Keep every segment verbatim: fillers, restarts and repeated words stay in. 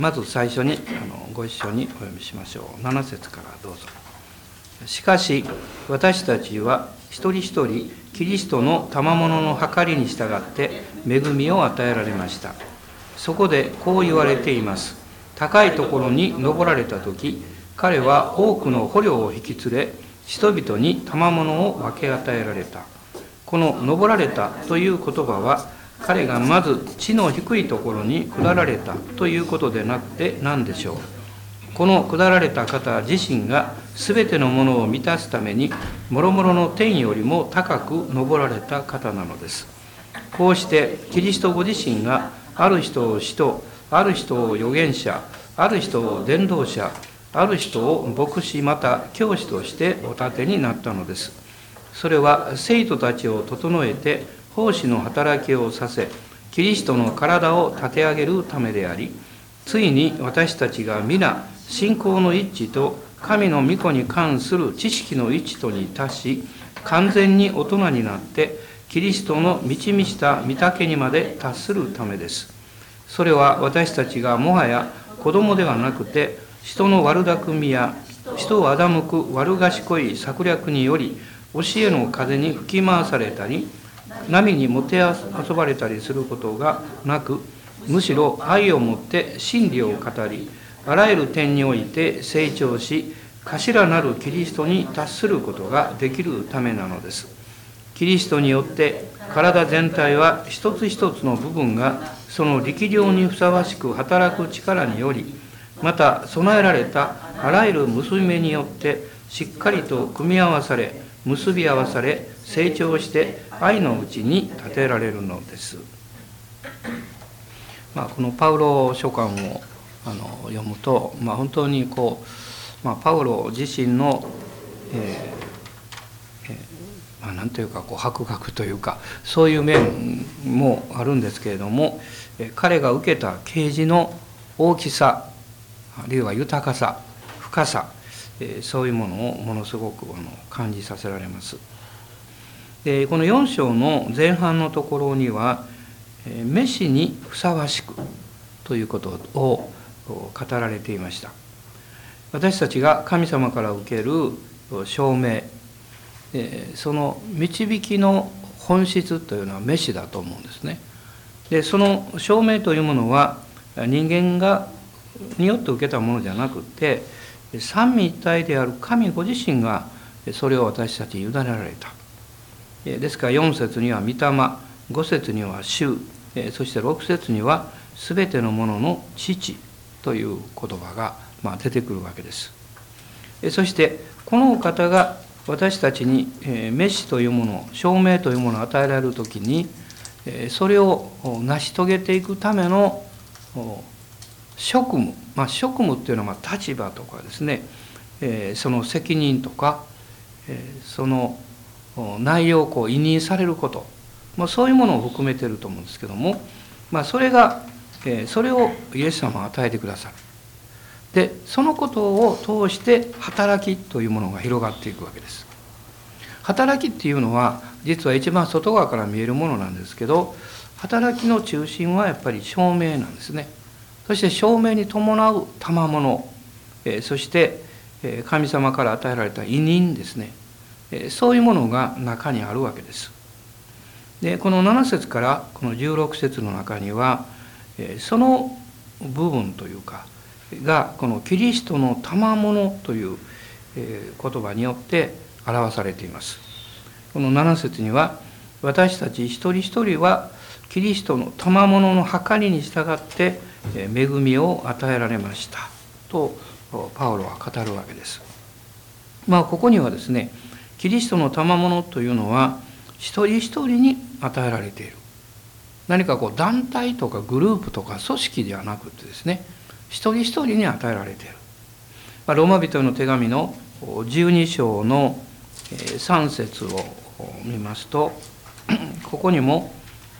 まず最初にあのご一緒にお読みしましょう。なな節からどうぞ。しかし私たちは一人一人キリストの賜物の計りに従って恵みを与えられました。そこでこう言われています。高いところに登られた時、彼は多くの捕虜を引き連れ、人々に賜物を分け与えられた。この登られたという言葉は、彼がまず地の低いところに下られたということでなくて何でしょう。この下られた方自身が全てのものを満たすために、もろもろの天よりも高く登られた方なのです。こうしてキリストご自身がある人を使徒、ある人を預言者、ある人を伝道者、ある人を牧師また教師としてお立てになったのです。それは生徒たちを整えて奉仕の働きをさせ、キリストの体を立て上げるためであり、ついに私たちが皆信仰の一致と神の御子に関する知識の一致とに達し、完全に大人になってキリストの満ち満ちた御丈にまで達するためです。それは私たちがもはや子供ではなくて、人の悪巧みや人を欺く悪賢い策略により教えの風に吹き回されたり、波にもてあそばれたりすることがなく、むしろ愛をもって真理を語り、あらゆる点において成長し、頭なるキリストに達することができるためなのです。キリストによって体全体は一つ一つの部分がその力量にふさわしく働く力により、また備えられたあらゆる結び目によってしっかりと組み合わされ、結び合わされ、成長して愛のうちに立てられるのです。まあ、このパウロ書簡をあの読むと、まあ、本当にこう、まあ、パウロ自身の、えーえーまあ、なんというかこう博学というか、そういう面もあるんですけれども、彼が受けた啓示の大きさ、あるいは豊かさ、深さ、そういうものをものすごく感じさせられます。でこのよん章の前半のところには、召しにふさわしくということを語られていました。私たちが神様から受ける証明、その導きの本質というのは召しだと思うんですね。でその証明というものは人間がによって受けたものじゃなくて、三位一体である神ご自身がそれを私たちに委ねられた。ですからよん節には御霊、ご節には主、そしてろく節にはすべてのものの父という言葉がまあ出てくるわけです。そしてこのお方が私たちに召しというもの、証明というものを与えられるときに、それを成し遂げていくための職務、まあ、職務っていうのはまあ立場とかですね、その責任とか、その内容をこう委任されること、まあ、そういうものを含めていると思うんですけども、まあ、それがそれをイエス様が与えてくださる。でそのことを通して働きというものが広がっていくわけです。働きっていうのは実は一番外側から見えるものなんですけど、働きの中心はやっぱり証明なんですね。そして証明に伴う賜物、そして神様から与えられた委任ですね、そういうものが中にあるわけです。でこのなな節からこのじゅうろく節の中には、その部分というかがこのキリストの賜物という言葉によって表されています。このなな節には、私たち一人一人はキリストの賜物の計りに従って恵みを与えられましたとパウロは語るわけです。まあここにはですね、キリストの賜物というのは一人一人に与えられている。何かこう団体とかグループとか組織ではなくてですね、一人一人に与えられている。ローマ人への手紙のじゅうに章のさん節を見ますと、ここにも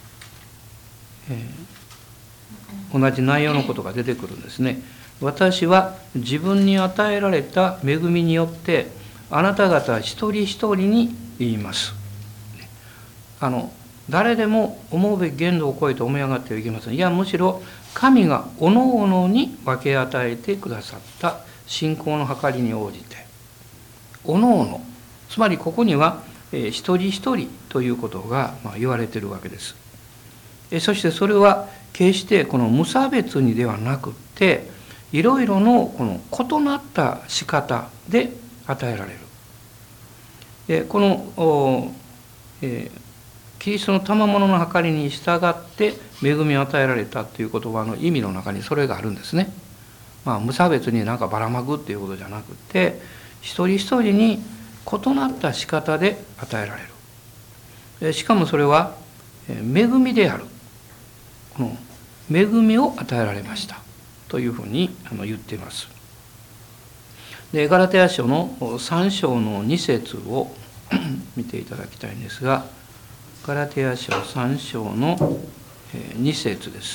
同じ内容のことが出てくるんですね。私は自分に与えられた恵みによってあなた方一人一人に言います。あの誰でも思うべき限度を超えて思い上がってはいけません。いやむしろ神がおのおのに分け与えてくださった信仰の計りに応じて、おのおの、つまりここには一人一人ということが言われているわけです。そしてそれは決してこの無差別にではなくって、いろいろのこの異なった仕方で与えられる。この、えー、キリストの賜物の計りに従って恵みを与えられたという言葉の意味の中にそれがあるんですね。まあ、無差別になんかばらまくっていうことじゃなくて、一人一人に異なった仕方で与えられる。しかもそれは恵みである。この恵みを与えられましたというふうに言っています。でガラテヤ書のさん章のに節を見ていただきたいんですが、ガラテヤ書さん章のに節です。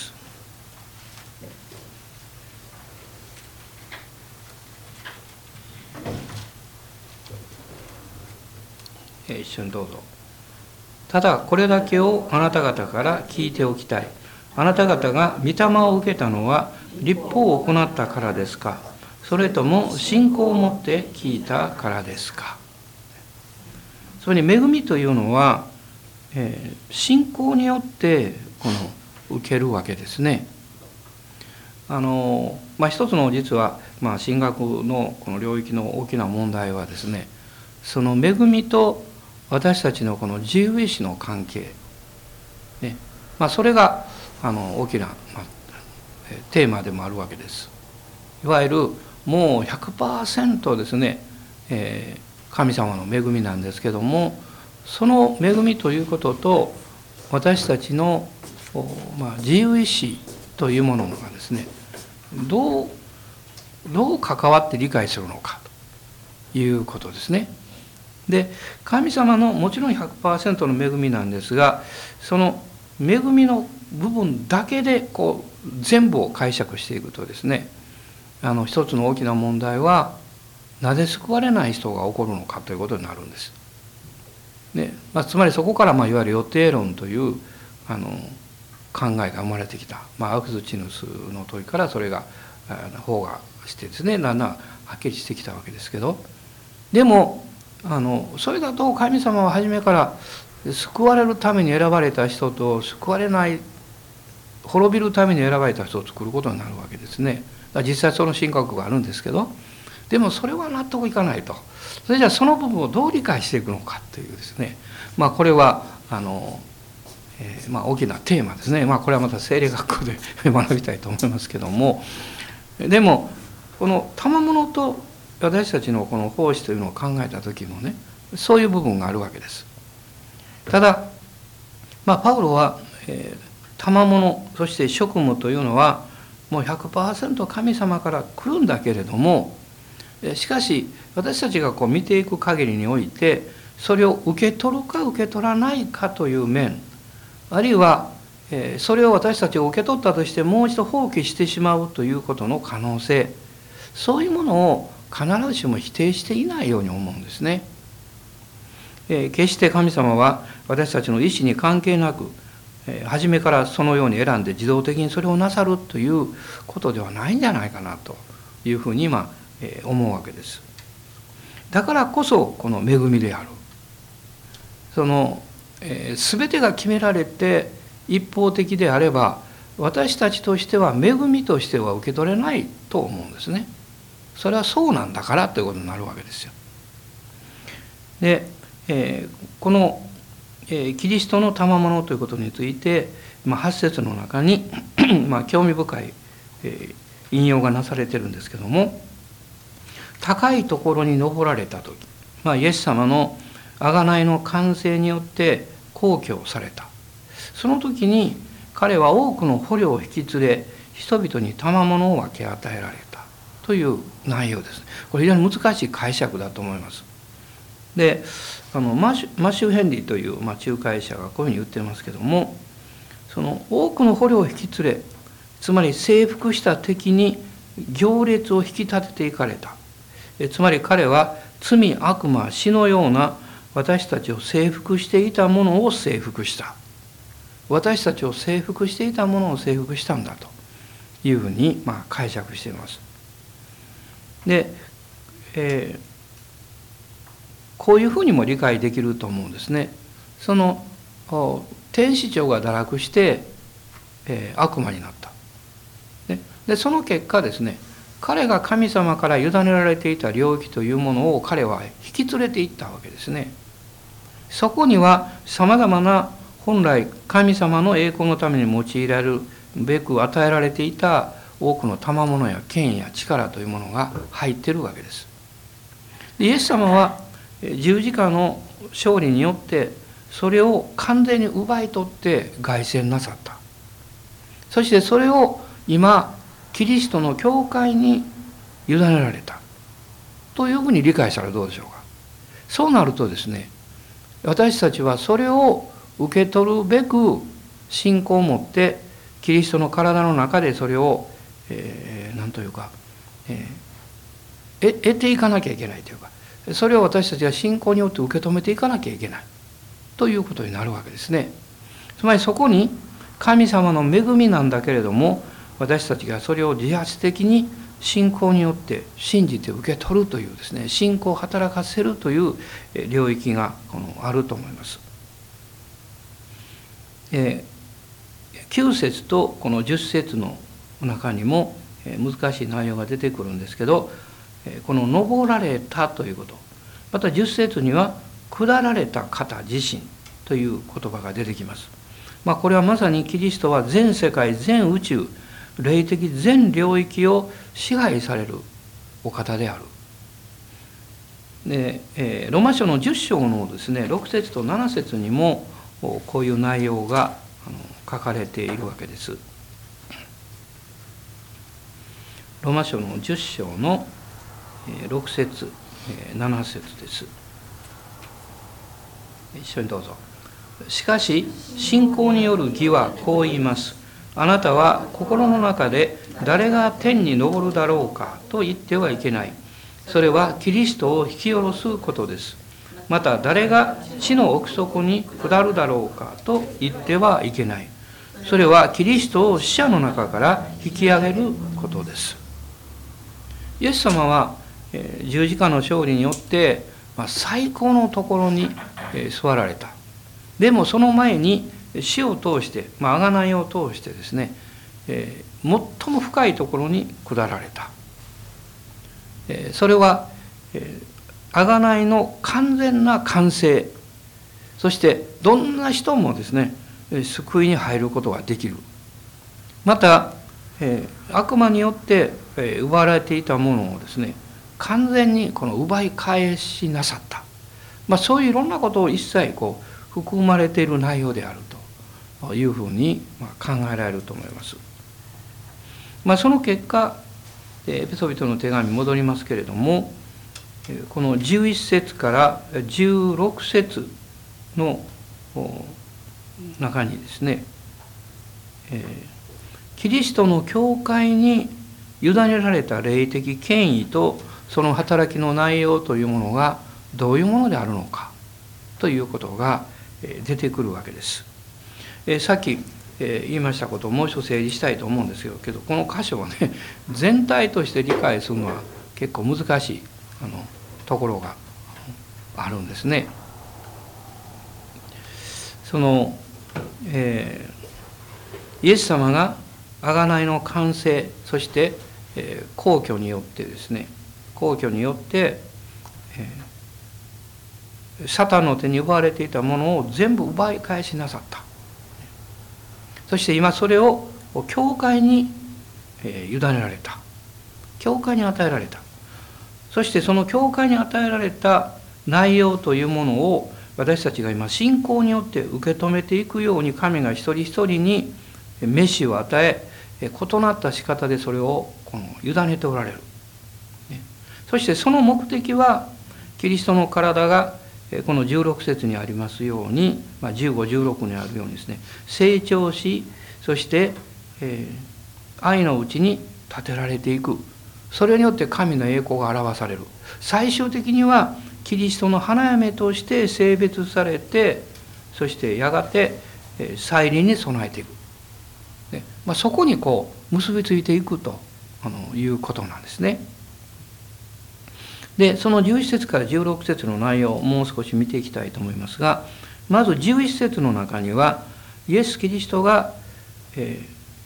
一緒にどうぞ。ただこれだけをあなた方から聞いておきたい。あなた方が御霊を受けたのは律法を行ったからですか、それとも信仰を持って聞いたからですか。つまり恵みというのは、えー、信仰によってこの受けるわけですね。あのまあ、一つの実は、まあ、神学のこの領域の大きな問題はですね、その恵みと私たちのこの自由意志の関係、ね、まあ、それがあの大きな、まあ、テーマでもあるわけです。いわゆるもう ひゃくパーセント ですね、えー、神様の恵みなんですけども、その恵みということと私たちの、まあ、自由意志というものがですね、どうどう関わって理解するのかということですね。で、神様のもちろん ひゃくパーセント の恵みなんですが、その恵みの部分だけでこう全部を解釈していくとですね、あの一つの大きな問題は、なぜ救われない人が起こるのかということになるんです。ね、まあ、つまりそこからまあいわゆる予定論というあの考えが生まれてきた、まあ、アクスチヌスの問いからそれが包括してですね、だんだんはっきりしてきたわけですけど、でもあのそれだと神様は初めから救われるために選ばれた人と救われない滅びるために選ばれた人を作ることになるわけですね。だから実際その神学があるんですけど、でもそれは納得いかないと。それじゃあその部分をどう理解していくのかというですね、まあ、これはあの、えーまあ、大きなテーマですね。まあ、これはまた聖霊学校で学びたいと思いますけども、でもこの賜物と私たちのこの奉仕というのを考えた時もね、そういう部分があるわけです。ただ、まあ、パウロは、えー、賜物そして職務というのはもう ひゃくパーセント 神様から来るんだけれども、しかし私たちがこう見ていく限りにおいて、それを受け取るか受け取らないかという面、あるいはそれを私たちが受け取ったとしてもう一度放棄してしまうということの可能性、そういうものを必ずしも否定していないように思うんですね。決して神様は私たちの意思に関係なく初めからそのように選んで自動的にそれをなさるということではないんじゃないかなというふうに今思うわけです。だからこそこの恵みである。その全てが決められて一方的であれば、私たちとしては恵みとしては受け取れないと思うんですね。それはそうなんだからということになるわけですよ。で、えー、この、えー、キリストの賜物ということについて、まあ、はち節の中にまあ興味深い、えー、引用がなされてるんですけども、高いところに登られた時、まあ、イエス様の贖いの完成によって公挙された。その時に彼は多くの捕虜を引き連れ、人々に賜物を分け与えられたという内容です。これ非常に難しい解釈だと思います。で、あのマシュ、マシュー・ヘンリーという、まあ、仲介者がこういうふうに言ってますけども、その多くの捕虜を引き連れ、つまり征服した敵に行列を引き立てていかれた。つまり彼は罪、悪魔、死のような私たちを征服していたものを征服した。私たちを征服していたものを征服したんだというふうにまあ解釈しています。で、えー、こういうふうにも理解できると思うんですね。その天使長が堕落して、えー、悪魔になった。で、でその結果ですね、彼が神様から委ねられていた領域というものを彼は引き連れていったわけですね。そこにはさまざまな本来神様の栄光のために用いられるべく与えられていた多くの賜物や権威や力というものが入っているわけです。でイエス様は十字架の勝利によってそれを完全に奪い取って凱旋なさった。そしてそれを今キリストの教会に委ねられたというふうに理解したらどうでしょうか。そうなるとですね、私たちはそれを受け取るべく信仰を持ってキリストの体の中でそれを、えー、何というか、えー、得ていかなきゃいけないというか、それを私たちが信仰によって受け止めていかなきゃいけないということになるわけですね。つまりそこに神様の恵みなんだけれども、私たちがそれを自発的に信仰によって信じて受け取るというですね、信仰を働かせるという領域がこのあると思います。えー、きゅう節とこのじゅっ節の中にも難しい内容が出てくるんですけど、この登られたということ、またじゅっ節には下られた方自身という言葉が出てきます。まあ、これはまさにキリストは全世界全宇宙霊的全領域を支配されるお方である。で、えー、ローマ書のじゅっ章のですねろく節となな節にもこういう内容があの書かれているわけです。ローマ書のじゅっ章のろく節なな節です。一緒にどうぞ。しかし信仰による義はこう言います。あなたは心の中で誰が天に昇るだろうかと言ってはいけない。それはキリストを引き下ろすことです。また誰が地の奥底に下るだろうかと言ってはいけない。それはキリストを死者の中から引き上げることです。イエス様は十字架の勝利によって最高のところに座られた。でもその前に死を通して、まあ、贖いを通してですね、えー、最も深いところに下られた。えー、それは、えー、贖いの完全な完成、そしてどんな人もですね、救いに入ることができる。また、えー、悪魔によって、えー、奪われていたものをですね、完全にこの奪い返しなさった。まあ、そういういろんなことを一切こう含まれている内容であるというふうに考えられると思います。まあ、その結果、エペソビトの手紙に戻りますけれども、このじゅういち節からじゅうろく節の中にですね、キリストの教会に委ねられた霊的権威とその働きの内容というものがどういうものであるのかということが出てくるわけです。えさっき、え言いましたことをもう一度整理したいと思うんですけど、この箇所をね全体として理解するのは結構難しいあのところがあるんですね。その、えー、イエス様が贖いの完成、そして、えー、皇居によってですね皇居によって、えーサタンの手に奪われていたものを全部奪い返しなさった。そして今それを教会に委ねられた。教会に与えられた。そしてその教会に与えられた内容というものを私たちが今信仰によって受け止めていくように神が一人一人に召しを与え、異なった仕方でそれをこの委ねておられる。そしてその目的はキリストの体がこのじゅうろく節にありますように、まあ、じゅうご、じゅうろくにあるようにですね、成長し、そして、えー、愛のうちに立てられていく。それによって神の栄光が表される。最終的にはキリストの花嫁として性別されて、そしてやがて再臨に備えていく。ねまあ、そこにこう結びついていくとあのいうことなんですね。でそのじゅういち節からじゅうろく節の内容をもう少し見ていきたいと思いますが、まずじゅういち節の中にはイエス・キリストが、え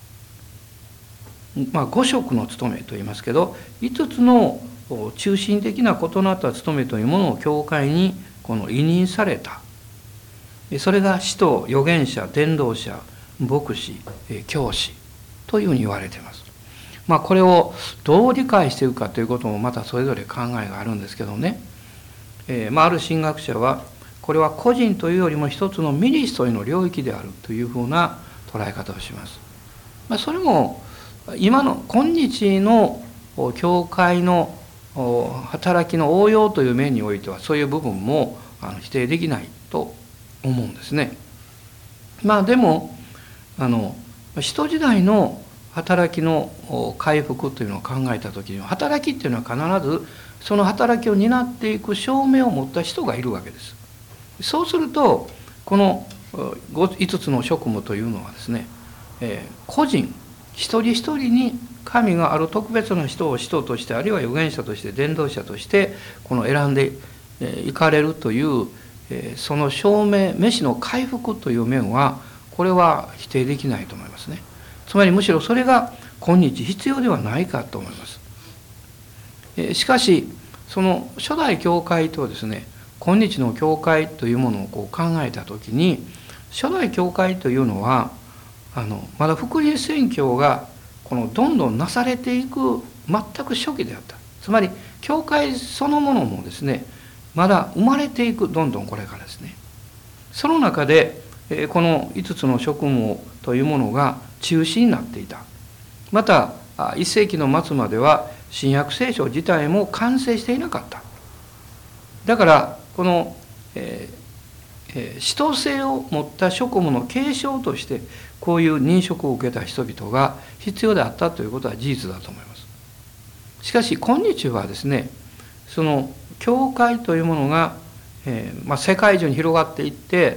ーまあ、ご職の務めといいますけど、いつつの中心的な異なった務めというものを教会にこの委任された。それが使徒、預言者、伝道者、牧師、教師というふうに言われています。まあこれをどう理解していくかということもまたそれぞれ考えがあるんですけどね、えーまあ、ある神学者はこれは個人というよりも一つのミニストリーの領域であるというふうな捉え方をします。まあ、それも今の今日の教会の働きの応用という面においてはそういう部分も否定できないと思うんですね。まあでもあの使徒時代の働きの回復というのを考えた時には、働きっていうのは必ずその働きを担っていく証明を持った人がいるわけです。そうするとこのいつつの職務というのはですね、えー、個人一人一人に神がある特別な人を使徒として、あるいは預言者として伝道者としてこの選んでいかれるという、えー、その証明、召しの回復という面はこれは否定できないと思いますね。つまりむしろそれが今日必要ではないかと思います。えー、しかしその初代教会とですね今日の教会というものをこう考えたときに、初代教会というのはあのまだ福音宣教がこのどんどんなされていく全く初期であった。つまり教会そのものもですねまだ生まれていく、どんどんこれからですね。その中でこのいつつの職務というものが中心になっていた。またいっ世紀の末までは新約聖書自体も完成していなかった。だからこの、えーえー、使徒性を持った職務の継承としてこういう任職を受けた人々が必要であったということは事実だと思います。しかし今日はですね、その教会というものが、えーまあ、世界中に広がっていって、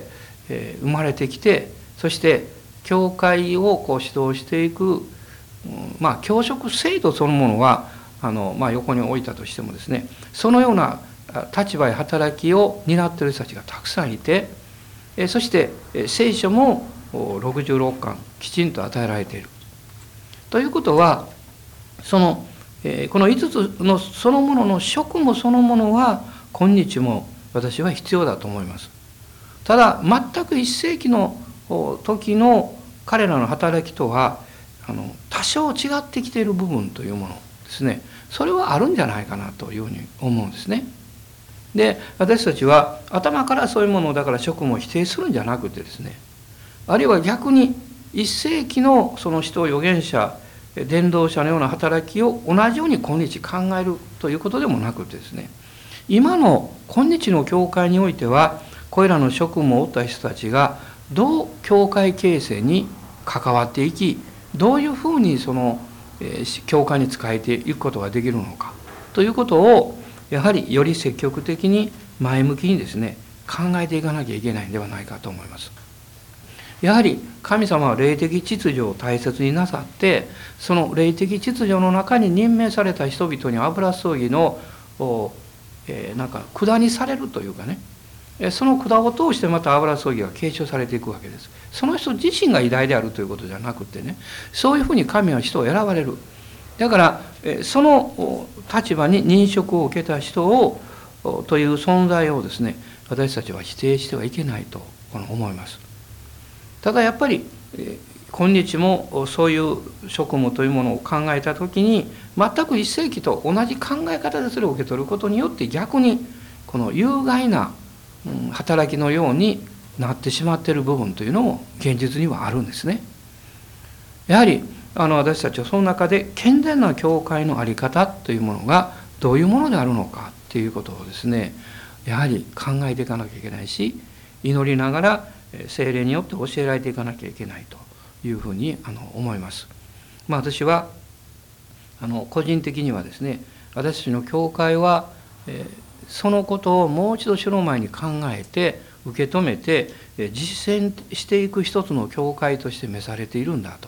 えー、生まれてきて、そして教会をこう指導していく、うん、まあ教職制度そのものはあの、まあ、横に置いたとしてもですね、そのような立場や働きを担っている人たちがたくさんいて、そして聖書もろくじゅうろっかんきちんと与えられているということは、そのこのいつつのそのものの職務そのものは今日も私は必要だと思います。ただ全くいっ世紀の時の彼らの働きとはあの多少違ってきている部分というものですね、それはあるんじゃないかなというふうに思うんですね。で私たちは頭からそういうものをだから職務を否定するんじゃなくてですね、あるいは逆にいっ世紀のその使徒預言者伝道者のような働きを同じように今日考えるということでもなくてですね、今の今日の教会においてはこれらの職務を負った人たちがどう教会形成に関わっていき、どういうふうにその教会に仕えていくことができるのかということをやはりより積極的に前向きにですね考えていかなきゃいけないんではないかと思います。やはり神様は霊的秩序を大切になさって、その霊的秩序の中に任命された人々に油注ぎの、えー、なんか管にされるというかね、その管を通してまた油注ぎが継承されていくわけです。その人自身が偉大であるということじゃなくてね、そういうふうに神は人を選ばれる。だからその立場に任職を受けた人をという存在をですね、私たちは否定してはいけないと思います。ただやっぱり今日もそういう職務というものを考えたときに、全くいっ世紀と同じ考え方でそれを受け取ることによって逆にこの有害な働きのようになってしまっている部分というのも現実にはあるんですね。やはりあの私たちはその中で健全な教会の在り方というものがどういうものであるのかということをですね、やはり考えていかなきゃいけないし、祈りながら聖霊によって教えられていかなきゃいけないというふうにあの思います。まあ、私はあの個人的にはですね、私たちの教会は、えー、そのことをもう一度主の前に考えて受け止めて実践していく一つの教会として召されているんだと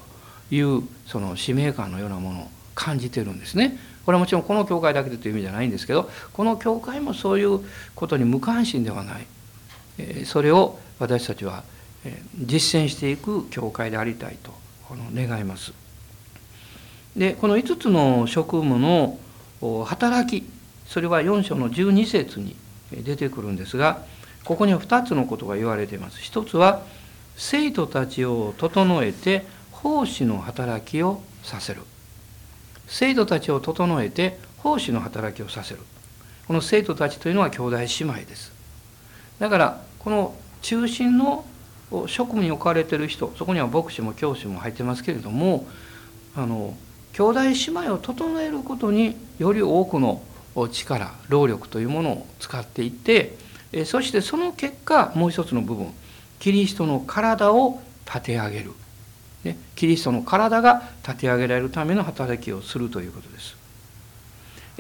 いうその使命感のようなものを感じてるんですね。これはもちろんこの教会だけでという意味じゃないんですけど、この教会もそういうことに無関心ではない、それを私たちは実践していく教会でありたいと願います。でこのいつつの職務の働き、それはよん章のじゅうに節に出てくるんですが、ここにはふたつのことが言われています。一つは生徒たちを整えて奉仕の働きをさせる。生徒たちを整えて奉仕の働きをさせる。この生徒たちというのは兄弟姉妹です。だからこの中心の職務に置かれている人、そこには牧師も教師も入ってますけれども、あの兄弟姉妹を整えることにより多くの力、労力というものを使っていって、そしてその結果もう一つの部分、キリストの体を立て上げる。キリストの体が立て上げられるための働きをするということです。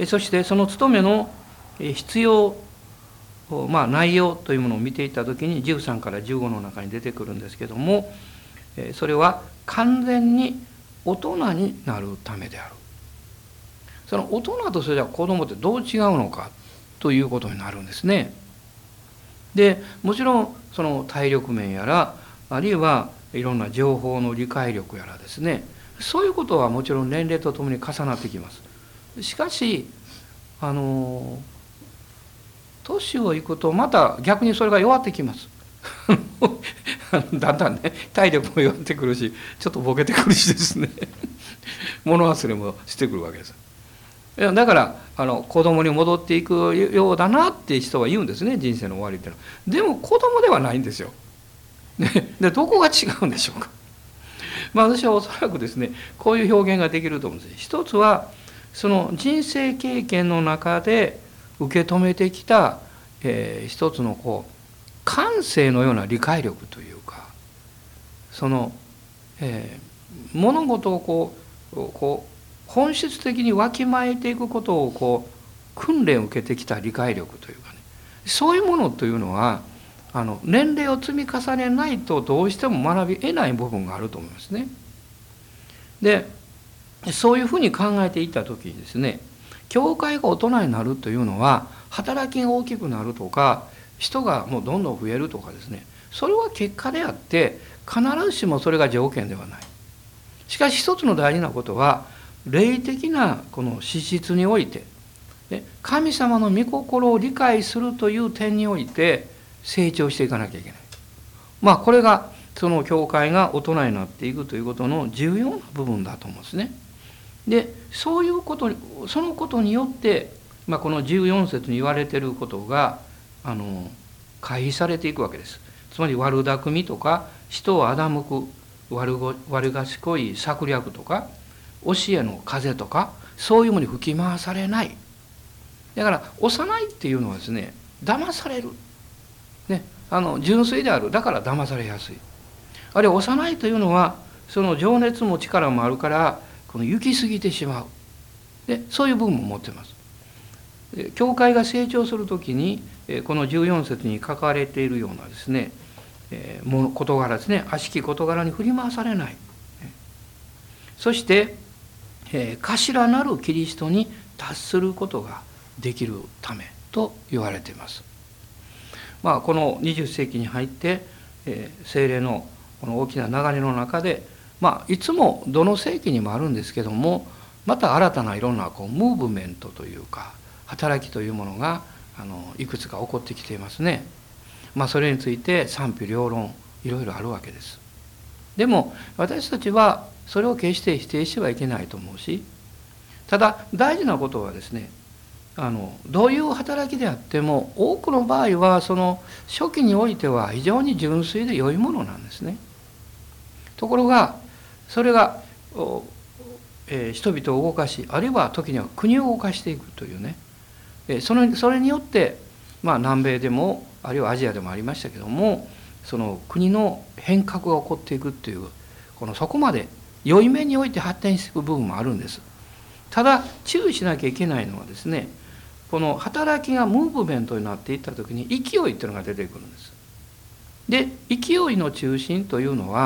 そしてその務めの必要、まあ、内容というものを見ていったときにじゅうさんからじゅうごの中に出てくるんですけども、それは完全に大人になるためである。その大人とそれでは子供ってどう違うのかということになるんですね。でもちろんその体力面やら、あるいはいろんな情報の理解力やらですね、そういうことはもちろん年齢とともに重なってきます。しかしあの年をいくとまた逆にそれが弱ってきます。だんだんね体力も弱ってくるし、ちょっとボケてくるしですね物忘れもしてくるわけです。だからあの子供に戻っていくようだなって人は言うんですね、人生の終わりっていうのは。でも子供ではないんですよ。でどこが違うんでしょうか。まあ私はおそらくですね、こういう表現ができると思うんです。一つはその人生経験の中で受け止めてきた、えー、一つのこう感性のような理解力というか、その、えー、物事をこうこう本質的にわきまえていくことをこう訓練を受けてきた理解力というかね、そういうものというのはあの年齢を積み重ねないとどうしても学び得ない部分があると思いますね。でそういうふうに考えていった時にですね、教会が大人になるというのは働きが大きくなるとか人がもうどんどん増えるとかですね、それは結果であって必ずしもそれが条件ではない。しかし一つの大事なことは霊的なこの資質において神様の御心を理解するという点において成長していかなきゃいけない。まあこれがその教会が大人になっていくということの重要な部分だと思うんですね。でそういうことにそのことによって、まあ、このじゅうよん節に言われていることがあの回避されていくわけです。つまり悪巧みとか人を欺く悪ご悪賢い策略とか教えの風とかそういうものに吹き回されない。だから幼いっていうのはですね、騙される、ね、あの純粋である、だから騙されやすい。あるいは幼いというのはその情熱も力もあるからこの行き過ぎてしまう。でそういう部分も持っています。教会が成長するときにこのじゅうよん節に書かれているようなですね、事柄ですね、悪しき事柄に振り回されない。そして頭なるキリストに達することができるためと言われています。まあ、このにじゅっ世紀に入って聖霊のこの大きな流れの中で、まあ、いつもどの世紀にもあるんですけども、また新たないろんなこうムーブメントというか働きというものがあのいくつか起こってきていますね。まあ、それについて賛否両論いろいろあるわけです。でも私たちはそれを決して否定してはいけないと思うし、ただ大事なことはですね、あのどういう働きであっても多くの場合はその初期においては非常に純粋で良いものなんですね。ところがそれが、えー、人々を動かし、あるいは時には国を動かしていくというね、えー、そのそれによって、まあ、南米でもあるいはアジアでもありましたけども、その国の変革が起こっていくっていう、このそこまで良い面において発展していく部分もあるんです。ただ注意しなきゃいけないのはですね、この働きがムーブメントになっていった時に勢いっていうのが出てくるんです。で勢いの中心というのは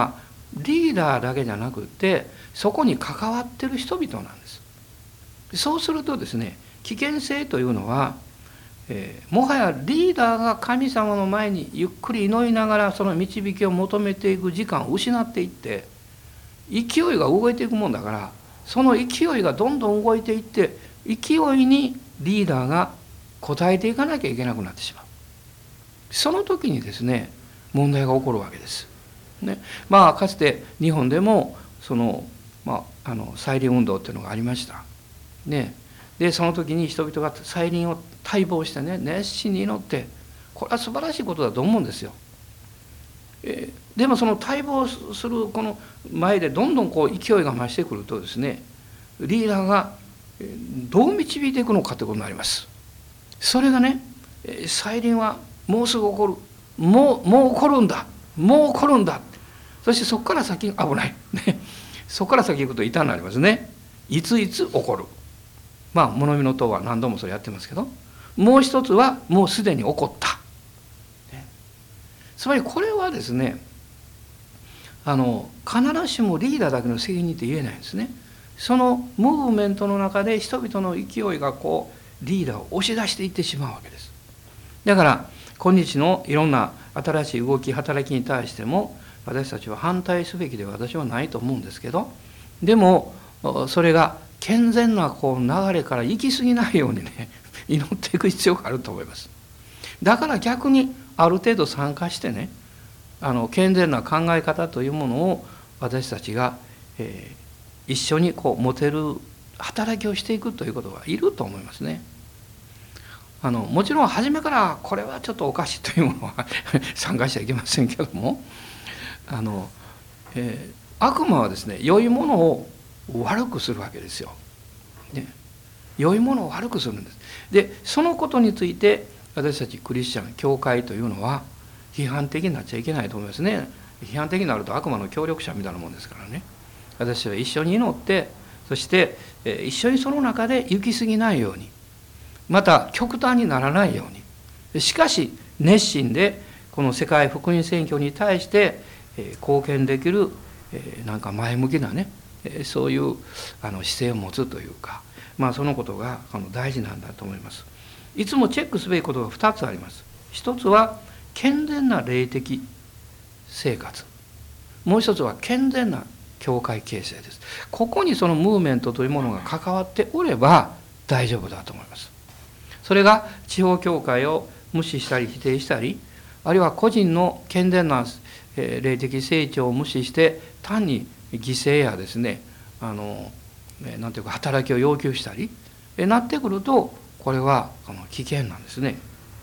リーダーだけじゃなくてそこに関わってる人々なんです。そうするとですね、危険性というのは、えー、もはやリーダーが神様の前にゆっくり祈りながらその導きを求めていく時間を失っていって、勢いが動いていくもんだから、その勢いがどんどん動いていって勢いにリーダーが応えていかなきゃいけなくなってしまう。その時にですね、問題が起こるわけです。ね、まあかつて日本でもその、まあ、あの再臨運動っていうのがありました。ね、でその時に人々が再臨を待望してね、熱心に祈って、これは素晴らしいことだと思うんですよ。えー、でもその待望するこの前でどんどんこう勢いが増してくるとですね、リーダーがどう導いていくのかということになります。それがね、再臨はもうすぐ起こる、もうもう起こるんだ、もう起こるんだ。そしてそこから先危ない、ね、そこから先行くと異端になりますね。いついつ起こる。まあ物見の塔は何度もそれやってますけど、もう一つはもうすでに起こった、ね、つまりこれはですね、あの必ずしもリーダーだけの責任って言えないんですね。そのムーブメントの中で人々の勢いがこうリーダーを押し出していってしまうわけです。だから今日のいろんな新しい動き働きに対しても私たちは反対すべきでは私はないと思うんですけど、でもそれが健全なこう流れから行き過ぎないようにね、祈っていく必要があると思います。だから逆にある程度参加してね、あの健全な考え方というものを私たちが、えー、一緒にこう持てる働きをしていくということがいると思いますね。あのもちろん初めからこれはちょっとおかしいというものは参加しちゃいけませんけども、あの、えー、悪魔はですね、良いものを悪くするわけですよ。ね、良いものを悪くするんです。でそのことについて私たちクリスチャン教会というのは批判的になっちゃいけないと思いますね。批判的になると悪魔の協力者みたいなもんですからね。私は一緒に祈って、そして一緒にその中で行き過ぎないように、また極端にならないように、しかし熱心でこの世界福音宣教に対して貢献できるなんか前向きなね、そういうあの姿勢を持つというか、まあそのことが大事なんだと思います。いつもチェックすべきことがふたつあります。一つは健全な霊的生活、もう一つは健全な教会形成です。ここにそのムーブメントというものが関わっておれば大丈夫だと思います。それが地方教会を無視したり否定したり、あるいは個人の健全な霊的成長を無視して単に犠牲やですね、あのなんていうか働きを要求したりなってくると、これは危険なんですね。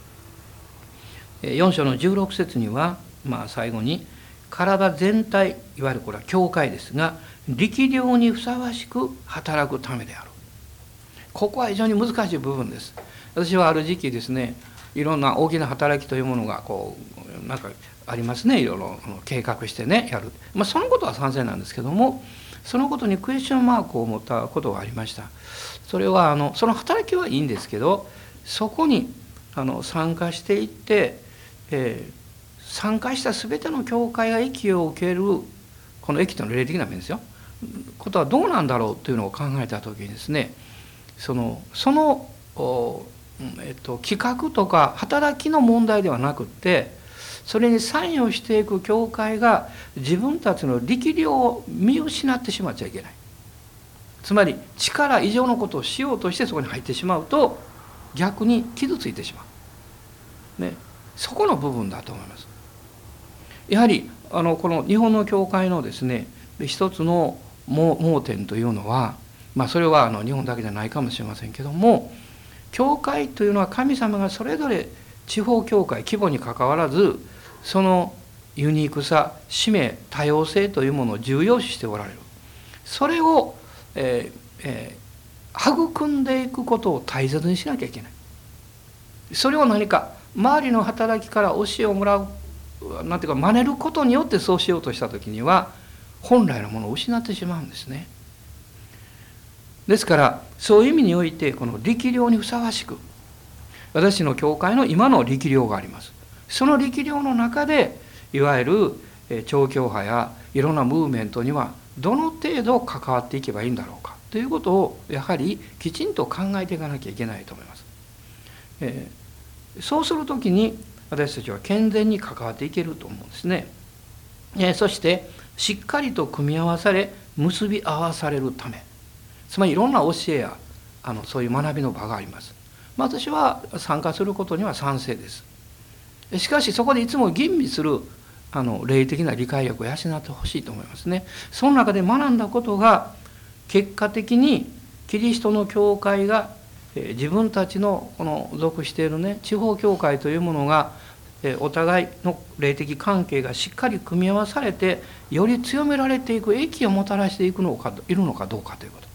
よん章のじゅうろく節には、まあ、最後に体全体、いわゆるこれは教会ですが、力量にふさわしく働くためである。ここは非常に難しい部分です。私はある時期ですね、いろんな大きな働きというものがこうなんかありますね。いろいろ計画してねやる、まあ、そのことは賛成なんですけども、そのことにクエスチョンマークを持ったことがありました。それはあのその働きはいいんですけど、そこにあの参加していって、えー、参加した全ての教会が益を受ける、この益というのは霊的な面ですよ、ことはどうなんだろうというのを考えた時にですね、そのそのえっと、企画とか働きの問題ではなくって、それに参与していく教会が自分たちの力量を見失ってしまっちゃいけない。つまり力以上のことをしようとしてそこに入ってしまうと逆に傷ついてしまう、ね、そこの部分だと思います。やはりあのこの日本の教会のですね、一つの盲点というのは、まあ、それはあの日本だけじゃないかもしれませんけども、教会というのは神様がそれぞれ地方教会規模にかかわらず、そのユニークさ、使命、多様性というものを重要視しておられる。それを、えーえー、育んでいくことを大切にしなきゃいけない。それを何か周りの働きから教えをもらう、なんていうか真似ることによってそうしようとしたときには本来のものを失ってしまうんですね。ですからそういう意味において、この力量にふさわしく、私の教会の今の力量があります。その力量の中でいわゆる超教派やいろんなムーブメントにはどの程度関わっていけばいいんだろうかということをやはりきちんと考えていかなきゃいけないと思います。えー、そうするときに私たちは健全に関わっていけると思うんですね。えー、そしてしっかりと組み合わされ結び合わされるため、つまりいろんな教えやあのそういう学びの場があります。私は参加することには賛成です。しかしそこでいつも吟味するあの霊的な理解力を養ってほしいと思いますね。その中で学んだことが結果的にキリストの教会が自分たちのこの属しているね地方教会というものがお互いの霊的関係がしっかり組み合わされてより強められていく益をもたらしていくのかいるのかどうかということ。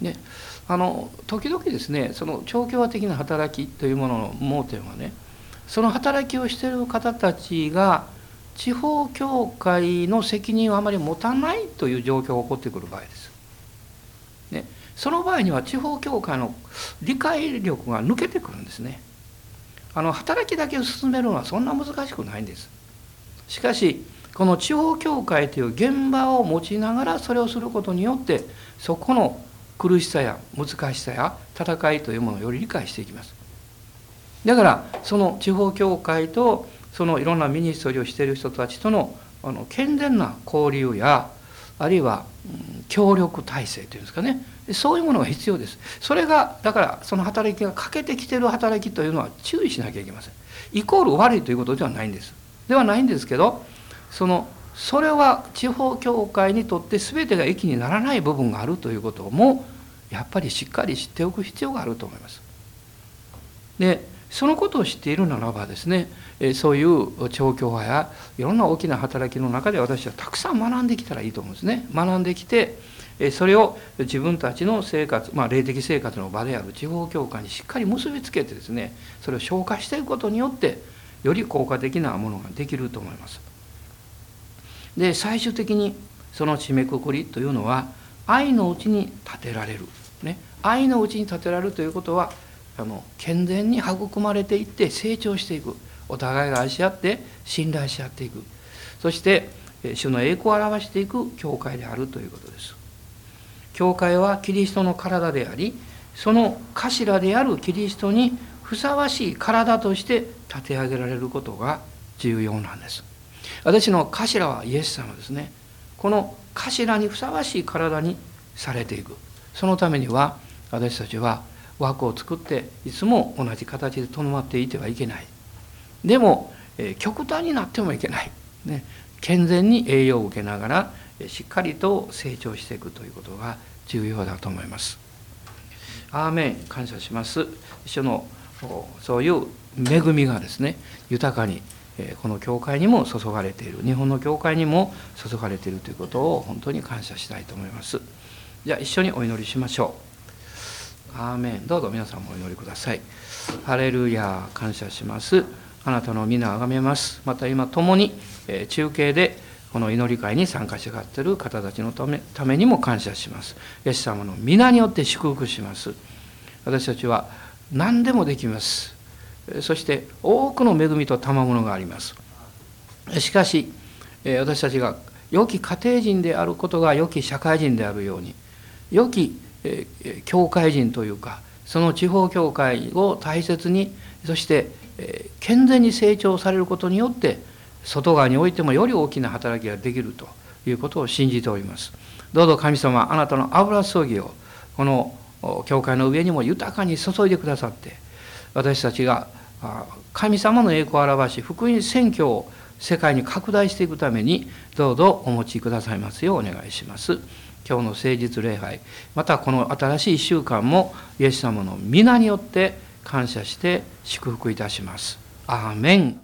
ね、あの時々ですねその超共和的な働きというものの盲点はねその働きをしている方たちが地方教会の責任をあまり持たないという状況が起こってくる場合です。ね、その場合には地方教会の理解力が抜けてくるんですね。あの働きだけを進めるのはそんな難しくないんです。しかしこの地方教会という現場を持ちながらそれをすることによってそこの苦しさや難しさや戦いというものをより理解していきます。だからその地方教会とそのいろんなミニストリーをしている人たちとのあの健全な交流やあるいは、うん、協力体制というんですかねそういうものが必要です。それがだからその働きが欠けてきている働きというのは注意しなきゃいけません。イコール悪いということではないんです。ではないんですけどそのそれは地方教会にとって全てが益にならない部分があるということもやっぱりしっかり知っておく必要があると思います。でそのことを知っているならばですねそういう超教派やいろんな大きな働きの中で私はたくさん学んできたらいいと思うんですね。学んできてそれを自分たちの生活、まあ、霊的生活の場である地方教会にしっかり結びつけてですねそれを消化していくことによってより効果的なものができると思います。で最終的にその締めくくりというのは愛のうちに立てられる、ね、愛のうちに立てられるということはあの健全に育まれていって成長していくお互いが愛し合って信頼し合っていくそして主の栄光を表していく教会であるということです。教会はキリストの体でありその頭であるキリストにふさわしい体として立て上げられることが重要なんです。私の頭はイエス様ですね。この頭にふさわしい体にされていくそのためには私たちは枠を作っていつも同じ形でとどまっていてはいけない。でも、えー、極端になってもいけない、ね、健全に栄養を受けながらしっかりと成長していくということが重要だと思います。アーメン。感謝します。主のそういう恵みがですね豊かにこの教会にも注がれている日本の教会にも注がれているということを本当に感謝したいと思います。じゃあ一緒にお祈りしましょう。アーメン。どうぞ皆さんもお祈りください。ハレルヤ。感謝します。あなたの皆をあがめます。また今共に中継でこの祈り会に参加してくださっている方たちのため、ためにも感謝します。イエス様の皆によって祝福します。私たちは何でもできます。そして多くの恵みと賜物があります。しかし私たちが良き家庭人であることが良き社会人であるように良き教会人というかその地方教会を大切にそして健全に成長されることによって外側においてもより大きな働きができるということを信じております。どうぞ神様あなたの油注ぎをこの教会の上にも豊かに注いでくださって私たちが神様の栄光を表し福音宣教を世界に拡大していくためにどうぞお持ちくださいますようお願いします。今日の誠実礼拝またこの新しいいっしゅうかんもイエス様の皆によって感謝して祝福いたします。アーメン。